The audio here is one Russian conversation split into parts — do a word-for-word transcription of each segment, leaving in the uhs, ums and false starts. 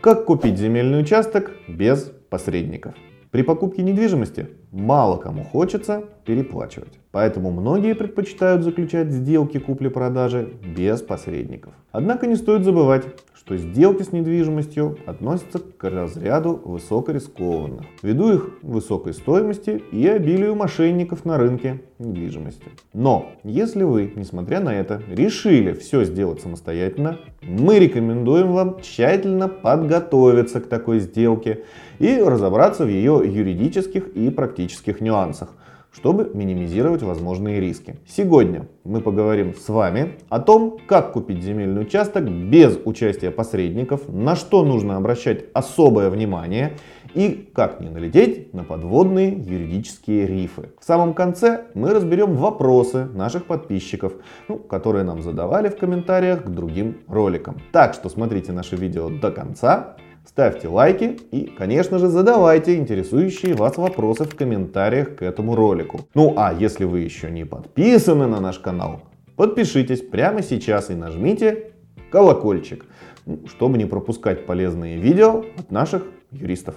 Как купить земельный участок без посредников? При покупке недвижимости мало кому хочется переплачивать, поэтому многие предпочитают заключать сделки купли-продажи без посредников. Однако не стоит забывать, что сделки с недвижимостью относятся к разряду высокорискованных, ввиду их высокой стоимости и обилию мошенников на рынке недвижимости. Но если вы, несмотря на это, решили все сделать самостоятельно, мы рекомендуем вам тщательно подготовиться к такой сделке и разобраться в ее юридических и практических нюансах, чтобы минимизировать возможные риски. Сегодня мы поговорим с вами о том, как купить земельный участок без участия посредников, на что нужно обращать особое внимание и как не налететь на подводные юридические рифы. В самом конце мы разберем вопросы наших подписчиков, ну, которые нам задавали в комментариях к другим роликам. Так что смотрите наше видео до конца. Ставьте лайки и, конечно же, задавайте интересующие вас вопросы в комментариях к этому ролику. Ну а если вы еще не подписаны на наш канал, подпишитесь прямо сейчас и нажмите колокольчик, чтобы не пропускать полезные видео от наших юристов.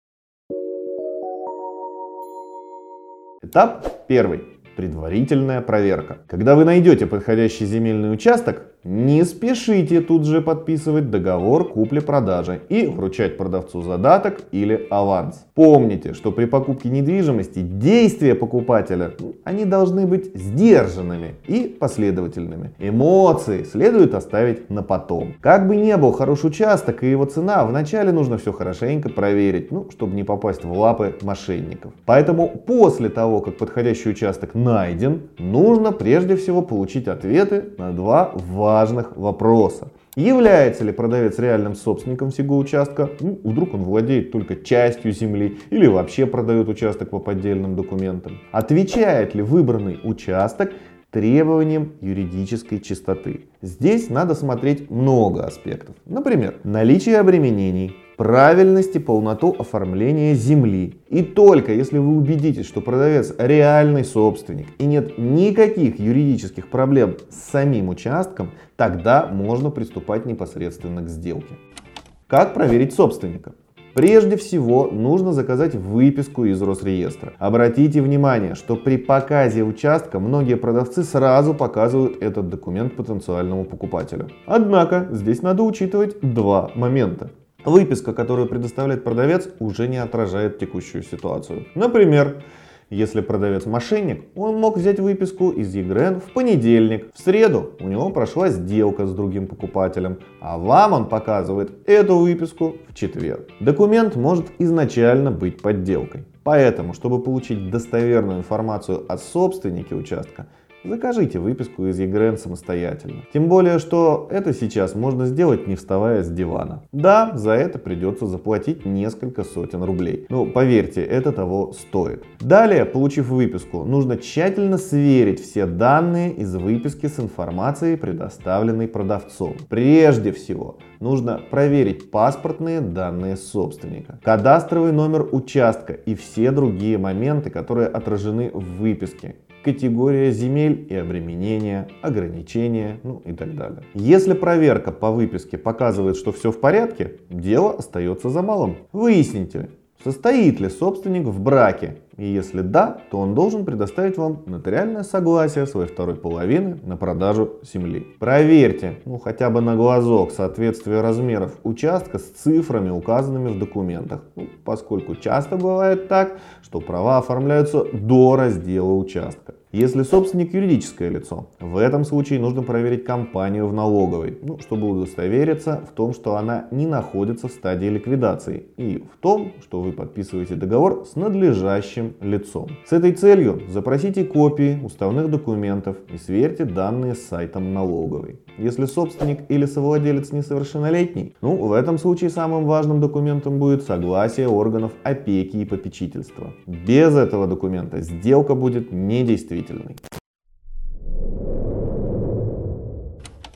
Этап первый. Предварительная проверка. Когда вы найдете подходящий земельный участок, не спешите тут же подписывать договор купли-продажи и вручать продавцу задаток или аванс. Помните, что при покупке недвижимости действия покупателя, они должны быть сдержанными и последовательными. Эмоции следует оставить на потом. Как бы ни был хорош участок и его цена, вначале нужно все хорошенько проверить, ну, чтобы не попасть в лапы мошенников. Поэтому после того, как подходящий участок найден, нужно прежде всего получить ответы на два важных вопроса. Является ли продавец реальным собственником всего участка? Ну, вдруг он владеет только частью земли или вообще продает участок по поддельным документам? Отвечает ли выбранный участок требованиям юридической чистоты? Здесь надо смотреть много аспектов. Например, наличие обременений, правильность и полноту оформления земли. И только если вы убедитесь, что продавец реальный собственник и нет никаких юридических проблем с самим участком, тогда можно приступать непосредственно к сделке. Как проверить собственника? Прежде всего нужно заказать выписку из Росреестра. Обратите внимание, что при показе участка многие продавцы сразу показывают этот документ потенциальному покупателю. Однако здесь надо учитывать два момента. Выписка, которую предоставляет продавец, уже не отражает текущую ситуацию. Например, если продавец мошенник, он мог взять выписку из ЕГРН в понедельник. В среду у него прошла сделка с другим покупателем, а вам он показывает эту выписку в четверг. Документ может изначально быть подделкой. Поэтому, чтобы получить достоверную информацию о собственнике участка, закажите выписку из ЕГРН самостоятельно. Тем более, что это сейчас можно сделать, не вставая с дивана. Да, за это придется заплатить несколько сотен рублей. Но поверьте, это того стоит. Далее, получив выписку, нужно тщательно сверить все данные из выписки с информацией, предоставленной продавцом. Прежде всего, нужно проверить паспортные данные собственника, кадастровый номер участка и все другие моменты, которые отражены в выписке. Категория земель и обременения, ограничения, ну и так далее. Если проверка по выписке показывает, что все в порядке, дело остается за малым. Выясните, состоит ли собственник в браке, и если да, то он должен предоставить вам нотариальное согласие своей второй половины на продажу земли. Проверьте, ну хотя бы на глазок, соответствие размеров участка с цифрами, указанными в документах, ну, поскольку часто бывает так, что права оформляются до раздела участка. Если собственник юридическое лицо, в этом случае нужно проверить компанию в налоговой, ну, чтобы удостовериться в том, что она не находится в стадии ликвидации и в том, что вы подписываете договор с надлежащим лицом. С этой целью запросите копии уставных документов и сверьте данные с сайтом налоговой. Если собственник или совладелец несовершеннолетний, ну, в этом случае самым важным документом будет согласие органов опеки и попечительства. Без этого документа сделка будет недействительной.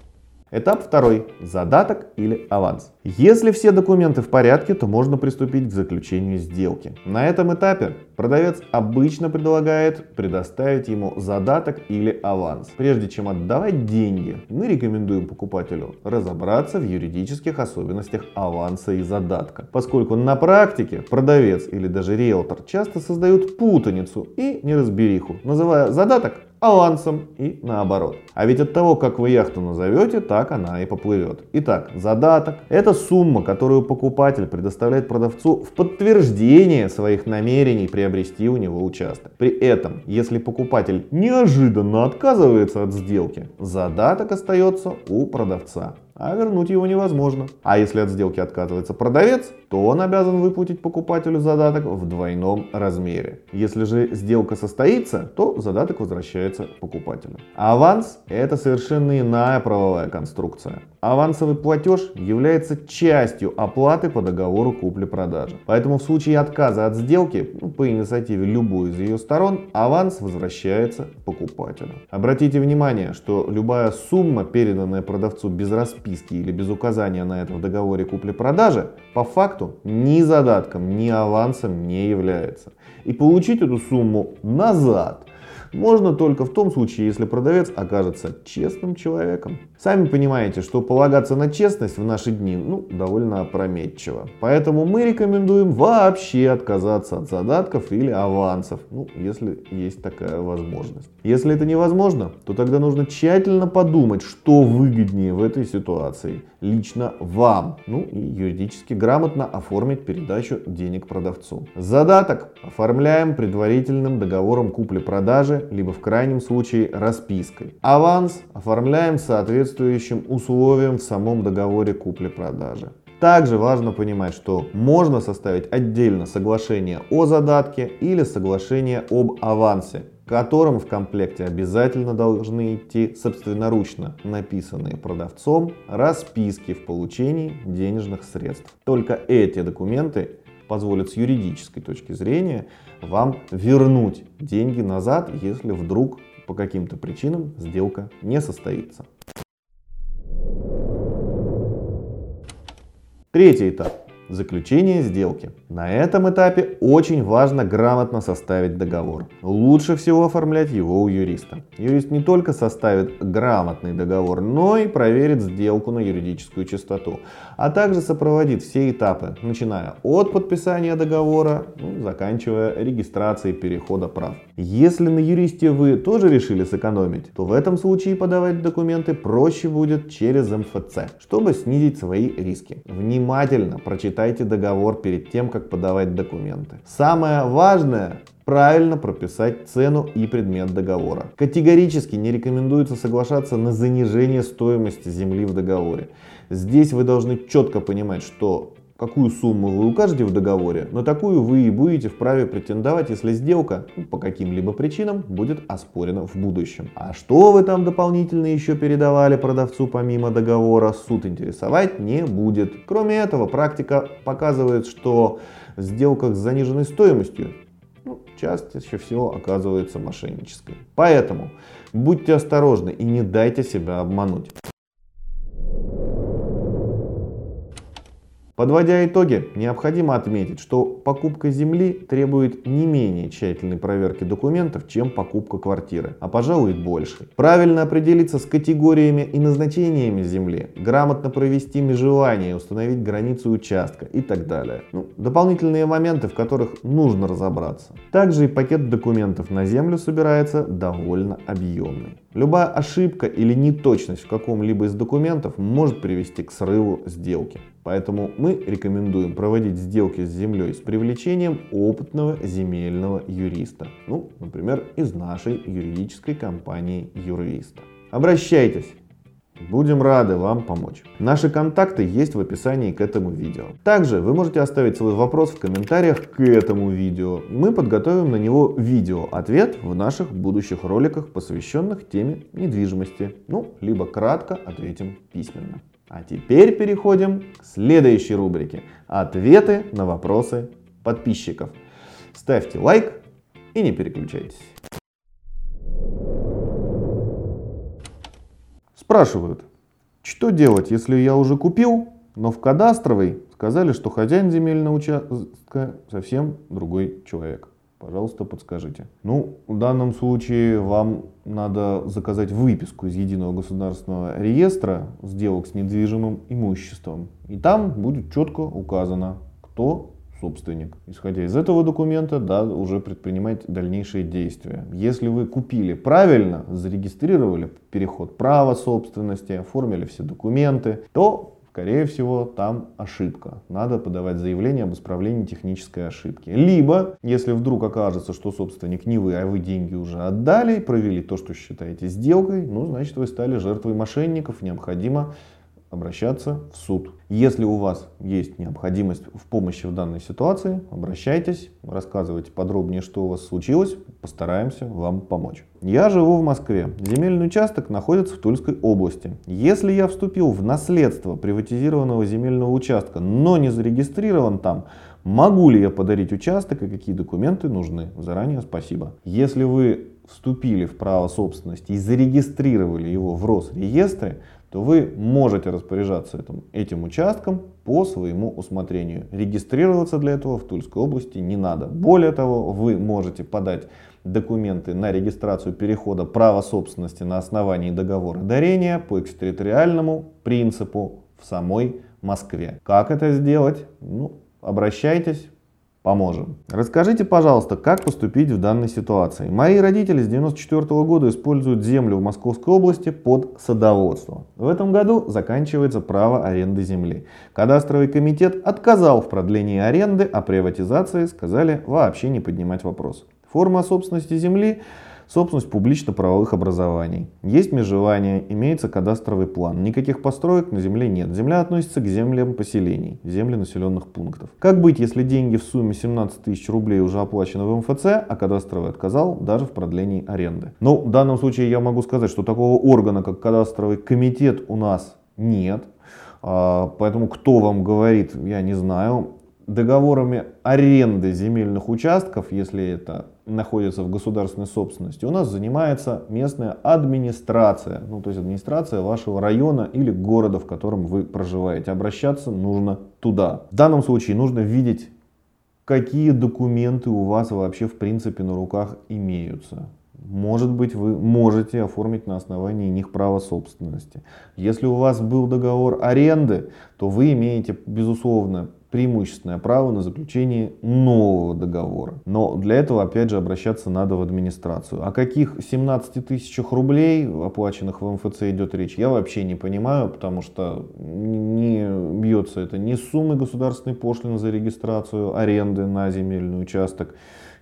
Этап второй. Задаток или аванс. Если все документы в порядке, то можно приступить к заключению сделки. На этом этапе продавец обычно предлагает предоставить ему задаток или аванс. Прежде чем отдавать деньги, мы рекомендуем покупателю разобраться в юридических особенностях аванса и задатка, поскольку на практике продавец или даже риэлтор часто создают путаницу и неразбериху, называя задаток авансом и наоборот. А ведь от того, как вы яхту назовете, так она и поплывет. Итак, задаток – это сумма, которую покупатель предоставляет продавцу в подтверждение своих намерений приобрести у него участок. При этом, если покупатель неожиданно отказывается от сделки, задаток остается у продавца, а вернуть его невозможно. А если от сделки отказывается продавец, то он обязан выплатить покупателю задаток в двойном размере. Если же сделка состоится, то задаток возвращается покупателю. Аванс – это совершенно иная правовая конструкция. Авансовый платеж является частью оплаты по договору купли-продажи. Поэтому в случае отказа от сделки, ну, по инициативе любой из ее сторон, аванс возвращается покупателю. Обратите внимание, что любая сумма, переданная продавцу без расписки или без указания на это в договоре купли-продажи, по факту ни задатком, ни авансом не является. И получить эту сумму назад можно только в том случае, если продавец окажется честным человеком. Сами понимаете, что полагаться на честность в наши дни ну, довольно опрометчиво. Поэтому мы рекомендуем вообще отказаться от задатков или авансов, ну, если есть такая возможность. Если это невозможно, то тогда нужно тщательно подумать, что выгоднее в этой ситуации лично вам. Ну и юридически грамотно оформить передачу денег продавцу. Задаток оформляем предварительным договором купли-продажи, либо в крайнем случае распиской. Аванс оформляем соответствующим условиям в самом договоре купли-продажи. Также важно понимать, что можно составить отдельно соглашение о задатке или соглашение об авансе, к которым в комплекте обязательно должны идти собственноручно написанные продавцом расписки в получении денежных средств. Только эти документы позволят с юридической точки зрения вам вернуть деньги назад, если вдруг по каким-то причинам сделка не состоится. Третий этап. Заключение сделки. На этом этапе очень важно грамотно составить договор. Лучше всего оформлять его у юриста. Юрист не только составит грамотный договор, но и проверит сделку на юридическую чистоту, а также сопроводит все этапы, начиная от подписания договора, ну, заканчивая регистрацией перехода прав. Если на юристе вы тоже решили сэкономить, то в этом случае подавать документы проще будет через эм эф цэ, чтобы снизить свои риски. Внимательно прочитайте Читайте договор перед тем, как подавать документы. Самое важное – правильно прописать цену и предмет договора. Категорически не рекомендуется соглашаться на занижение стоимости земли в договоре. Здесь вы должны четко понимать, что какую сумму вы укажете в договоре, но такую вы и будете вправе претендовать, если сделка ну, по каким-либо причинам будет оспорена в будущем. А что вы там дополнительно еще передавали продавцу помимо договора, суд интересовать не будет. Кроме этого, практика показывает, что в сделках с заниженной стоимостью ну, чаще всего оказывается мошеннической. Поэтому будьте осторожны и не дайте себя обмануть. Подводя итоги, необходимо отметить, что покупка земли требует не менее тщательной проверки документов, чем покупка квартиры, а пожалуй больше. Правильно определиться с категориями и назначениями земли, грамотно провести межевание, установить границу участка и так далее. Ну, дополнительные моменты, в которых нужно разобраться. Также и пакет документов на землю собирается довольно объемный. Любая ошибка или неточность в каком-либо из документов может привести к срыву сделки. Поэтому мы рекомендуем проводить сделки с землей с привлечением опытного земельного юриста. Ну, например, из нашей юридической компании Юрвиста. Обращайтесь. Будем рады вам помочь. Наши контакты есть в описании к этому видео. Также вы можете оставить свой вопрос в комментариях к этому видео. И мы подготовим на него видео-ответ в наших будущих роликах, посвященных теме недвижимости. Ну, либо кратко ответим письменно. А теперь переходим к следующей рубрике. Ответы на вопросы подписчиков. Ставьте лайк и не переключайтесь. Спрашивают, Что делать, если я уже купил, но в кадастровой сказали, что хозяин земельного участка совсем другой человек? Пожалуйста, подскажите. Ну, в данном случае вам надо заказать выписку из Единого государственного реестра сделок с недвижимым имуществом. И там будет четко указано, кто собственник. Исходя из этого документа, да, уже предпринимать дальнейшие действия. Если вы купили правильно, зарегистрировали переход права собственности, оформили все документы, то, скорее всего, там ошибка. Надо подавать заявление об исправлении технической ошибки. Либо, если вдруг окажется, что собственник не вы, а вы деньги уже отдали, провели то, что считаете сделкой, ну, значит, вы стали жертвой мошенников, необходимо обращаться в суд. Если у вас есть необходимость в помощи в данной ситуации, обращайтесь, рассказывайте подробнее, что у вас случилось, постараемся вам помочь. Я живу в Москве. Земельный участок находится в Тульской области. Если я вступил в наследство приватизированного земельного участка, но не зарегистрирован там, могу ли я подарить участок и какие документы нужны? Заранее спасибо. Если вы вступили в право собственности и зарегистрировали его в Росреестре, то вы можете распоряжаться этим, этим участком по своему усмотрению. Регистрироваться для этого в Тульской области не надо. Более того, вы можете подать документы на регистрацию перехода права собственности на основании договора дарения по экстерриториальному принципу в самой Москве. Как это сделать? Ну, обращайтесь. Поможем. Расскажите, пожалуйста, как поступить в данной ситуации. Мои родители с девяносто четвёртого года используют землю в Московской области под садоводство. В этом году заканчивается право аренды земли. Кадастровый комитет отказал в продлении аренды, а приватизации сказали вообще не поднимать вопрос. Форма собственности земли — собственность публично-правовых образований. Есть межевание, имеется кадастровый план. Никаких построек на земле нет. Земля относится к землям поселений, земли населенных пунктов. Как быть, если деньги в сумме семнадцать тысяч рублей уже оплачены в эм эф цэ, а кадастровый отказал даже в продлении аренды? Ну, в данном случае я могу сказать, что такого органа, как кадастровый комитет, у нас нет. Поэтому кто вам говорит, я не знаю. Договорами аренды земельных участков, если это находится в государственной собственности, у нас занимается местная администрация, ну то есть администрация вашего района или города, в котором вы проживаете. Обращаться нужно туда. В данном случае нужно видеть, какие документы у вас вообще в принципе на руках имеются. Может быть, вы можете оформить на основании них право собственности. Если у вас был договор аренды, то вы имеете, безусловно, преимущественное право на заключение нового договора. Но для этого, опять же, обращаться надо в администрацию. О каких семнадцати тысячах рублей, оплаченных в эм эф цэ, идет речь, я вообще не понимаю, потому что не бьется это ни с суммы государственной пошлины за регистрацию аренды на земельный участок,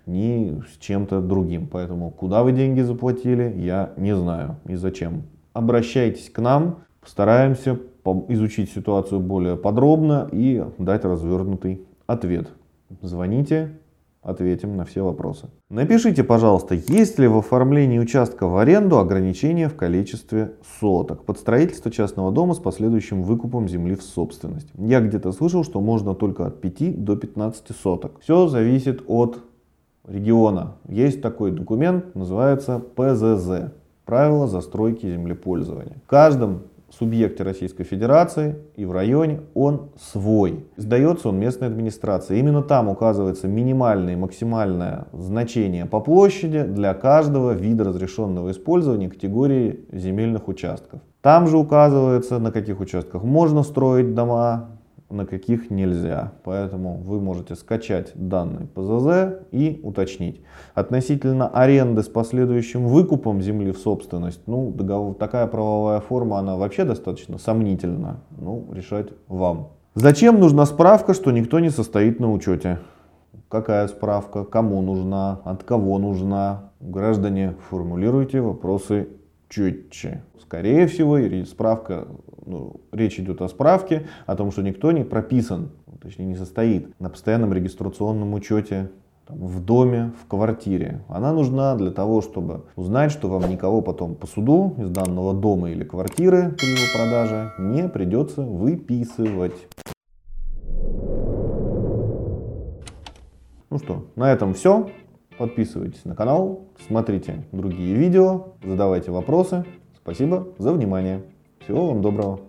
ни с чем-то другим. Поэтому куда вы деньги заплатили, я не знаю и зачем. Обращайтесь к нам, постараемся изучить ситуацию более подробно и дать развернутый ответ. Звоните, ответим на все вопросы. Напишите, пожалуйста, есть ли в оформлении участка в аренду ограничения в количестве соток под строительство частного дома с последующим выкупом земли в собственность. Я где-то слышал, что можно только от пяти до пятнадцати соток. Все зависит от региона. Есть такой документ, называется пэ зэ зэ. Правила застройки землепользования. В каждом субъекте Российской Федерации и в районе он свой. Сдается он местной администрации. Именно там указывается минимальное и максимальное значение по площади для каждого вида разрешенного использования категории земельных участков. Там же указывается, на каких участках можно строить дома, на каких нельзя. Поэтому вы можете скачать данный пэ зэ зэ и уточнить. Относительно аренды с последующим выкупом земли в собственность, ну, договор, такая правовая форма, она вообще достаточно сомнительна. Ну, решать вам. Зачем нужна справка, что никто не состоит на учете? Какая справка? Кому нужна? От кого нужна? Граждане, формулируйте вопросы четче. Скорее всего, справка, ну, речь идет о справке, о том, что никто не прописан, точнее не состоит на постоянном регистрационном учете там, в доме, в квартире. Она нужна для того, чтобы узнать, что вам никого потом по суду из данного дома или квартиры при его продаже не придется выписывать. Ну что, на этом все. Подписывайтесь на канал, смотрите другие видео, задавайте вопросы. Спасибо за внимание. Всего вам доброго.